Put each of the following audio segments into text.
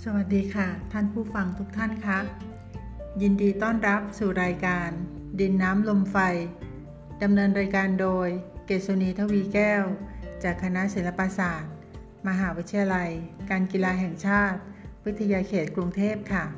สวัสดีค่ะท่านผู้ฟังทุกท่านคะยินดีต้อนรับสู่รายการดินน้ำลมไฟดำเนินรายการโดยเกษุณีทวีแก้วจากคณะศิลปศาสตร์มหาวิทยาลัยการกีฬาแห่งชาติวิทยาเขตกรุงเทพค่ะ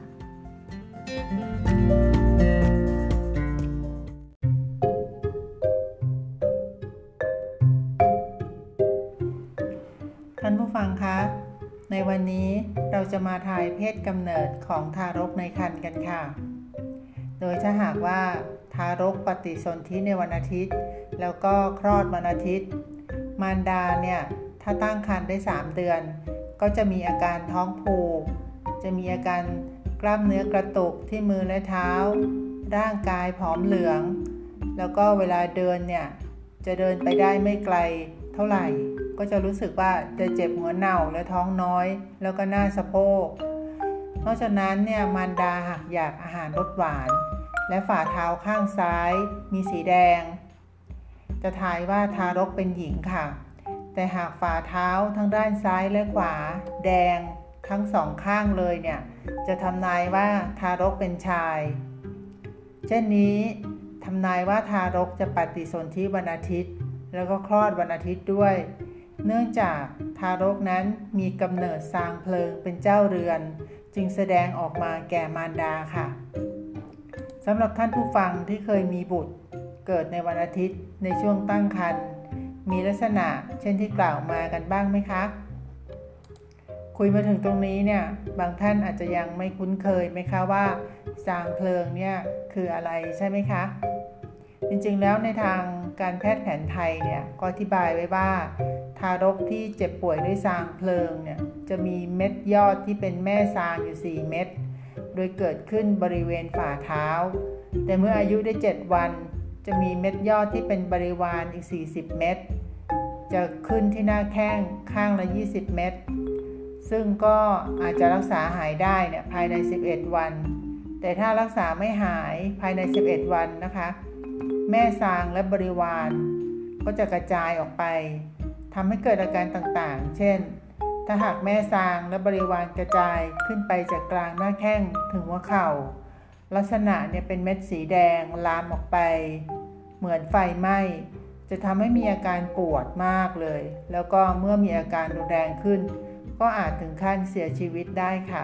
ท่านผู้ฟังคะในวันนี้เราจะมาทายเพศกำเนิดของทารกในครรภ์กันค่ะโดยถ้าหากว่าทารกปฏิสนธิในวันอาทิตย์แล้วก็คลอดวันอาทิตย์มารดาเนี่ยถ้าตั้งครรภ์ได้3เดือนก็จะมีอาการท้องผูกจะมีอาการกล้ามเนื้อกระตุกที่มือและเท้าร่างกายผอมเหลืองแล้วก็เวลาเดินเนี่ยจะเดินไปได้ไม่ไกลเท่าไหร่ก็จะรู้สึกว่าจะเจ็บหัวเน่าและท้องน้อยแล้วก็หน้าสะโพกนอกจากนั้นเนี่ยมารดาหากอยากอาหารรสหวานและฝ่าเท้าข้างซ้ายมีสีแดงจะทายว่าทารกเป็นหญิงค่ะแต่หากฝ่าเท้าทั้งด้านซ้ายและขวาแดงทั้งสองข้างเลยเนี่ยจะทำนายว่าทารกเป็นชายเช่นนี้ทำนายว่าทารกจะปฏิสนธิวันอาทิตย์แล้วก็คลอดวันอาทิตย์ด้วยเนื่องจากทารกนั้นมีกำเนิดซางเพลิงเป็นเจ้าเรือนจึงแสดงออกมาแก่มารดาค่ะสำหรับท่านผู้ฟังที่เคยมีบุตรเกิดในวันอาทิตย์ในช่วงตั้งครรภ์มีลักษณะเช่นที่กล่าวมากันบ้างไหมคะคุยมาถึงตรงนี้เนี่ยบางท่านอาจจะยังไม่คุ้นเคยไหมคะว่าซางเพลิงเนี่ยคืออะไรใช่ไหมคะจริงๆแล้วในทางการแพทย์แผนไทยเนี่ยก็อธิบายไว้ว่าทารกที่เจ็บป่วยด้วยซางเพลิงเนี่ยจะมีเม็ดยอดที่เป็นแม่ซางอยู่4เม็ดโดยเกิดขึ้นบริเวณฝ่าเท้าแต่เมื่ออายุได้7วันจะมีเม็ดยอดที่เป็นบริวารอีก40เม็ดจะขึ้นที่หน้าแข้งข้างละ20เม็ดซึ่งก็อาจจะรักษาหายได้เนี่ยภายใน11วันแต่ถ้ารักษาไม่หายภายใน11วันนะคะแม่ซางและบริวารก็จะกระจายออกไปทำให้เกิดอาการต่างๆเช่นถ้าหากแม่ซางและบริวารกระจายขึ้นไปจากกลางหน้าแข้งถึงหัวเข่าลักษณะเนี่ยเป็นเม็ดสีแดงลามออกไปเหมือนไฟไหม้จะทำให้มีอาการปวดมากเลยแล้วก็เมื่อมีอาการรุนแรงขึ้นก็อาจถึงขั้นเสียชีวิตได้ค่ะ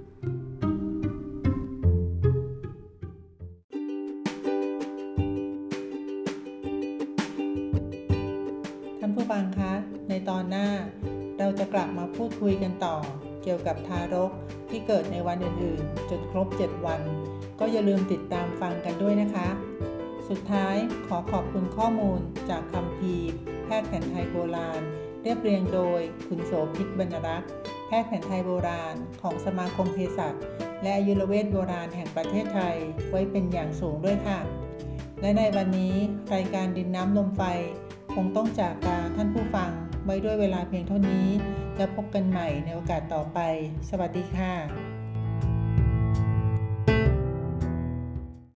ท่านผู้ฟังคะในตอนหน้าเราจะกลับมาพูดคุยกันต่อเกี่ยวกับทารกที่เกิดในวันอื่นๆจนครบ7วันก็อย่าลืมติดตามฟังกันด้วยนะคะสุดท้ายขอขอบคุณข้อมูลจากคัมภีร์แพทย์แผนไทยโบราณเรียบเรียงโดยคุณโสภิต บรรณรักษ์แพทย์แผนไทยโบราณของสมาคมเภสัชและอายุรเวชโบราณแห่งประเทศไทยไว้เป็นอย่างสูงด้วยค่ะและในวันนี้รายการดินน้ำลมไฟคงต้องจากลาท่านผู้ฟังไว้ด้วยเวลาเพียงเท่านี้แล้วพบกันใหม่ในโอกาสต่อไปสวัสดีค่ะ